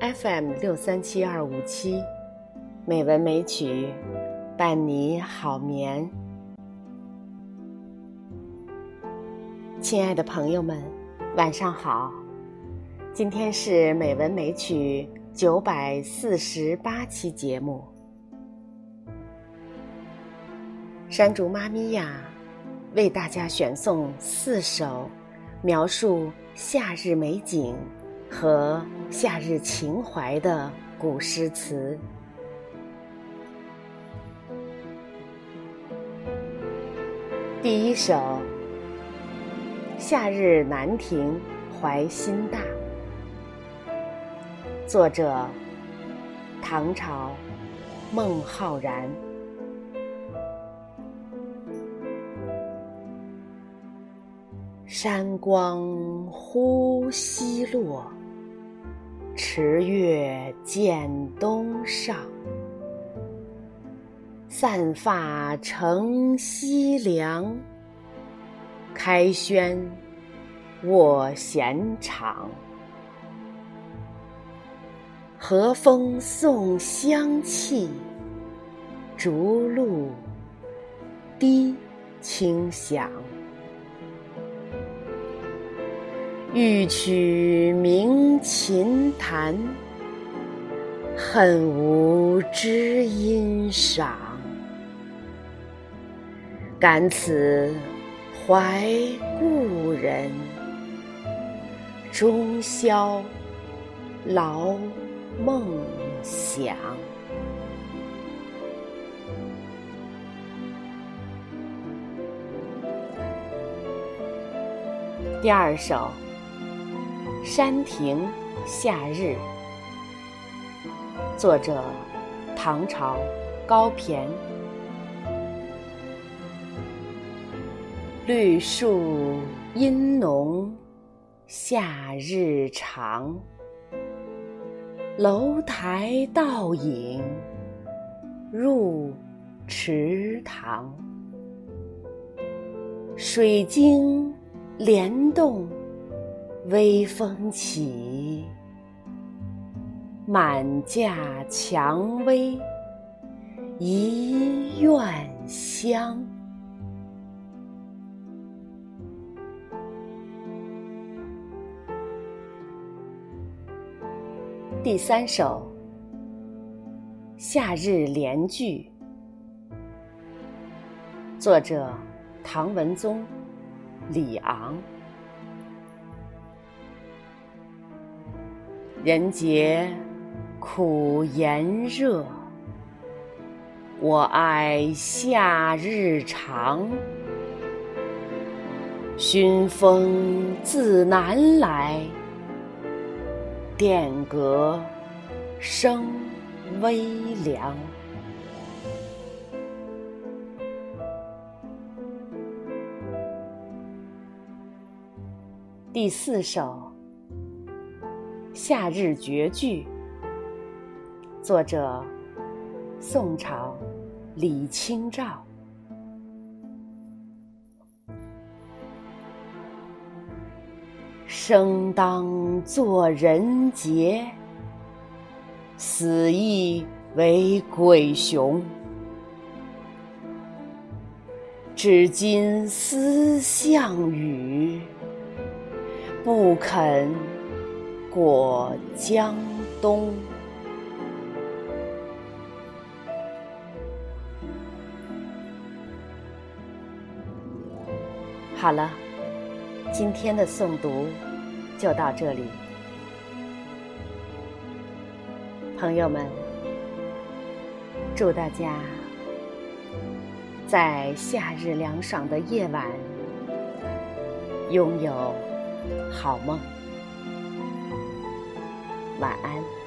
FM637257，美文美曲，伴你好眠。亲爱的朋友们，晚上好。今天是美文美曲948期节目。山竹妈咪呀，为大家选送4首描述夏日美景和夏日情怀的古诗词。第一首《夏日南亭怀辛大》，作者唐朝孟浩然。山光忽西落，池月渐东上。散发乘西凉，开轩卧闲场。和风送香气，竹露滴清响。欲取鸣琴弹，恨无知音赏。感此怀故人，终宵劳梦想。第二首《山亭夏日》，作者唐朝高骈。绿树阴浓，夏日长。楼台倒影入池塘。水晶帘动，微风起。满架蔷薇一院香。第三首《夏日联句》，作者唐文宗、李昂。人节苦炎热，我爱夏日长。熏风自南来，殿阁生微凉。第四首《夏日绝句》，作者宋朝李清照。生当作人杰，死亦为鬼雄。至今思项羽，不肯过江东。好了，今天的诵读就到这里。朋友们，祝大家在夏日凉爽的夜晚拥有好梦。晚安。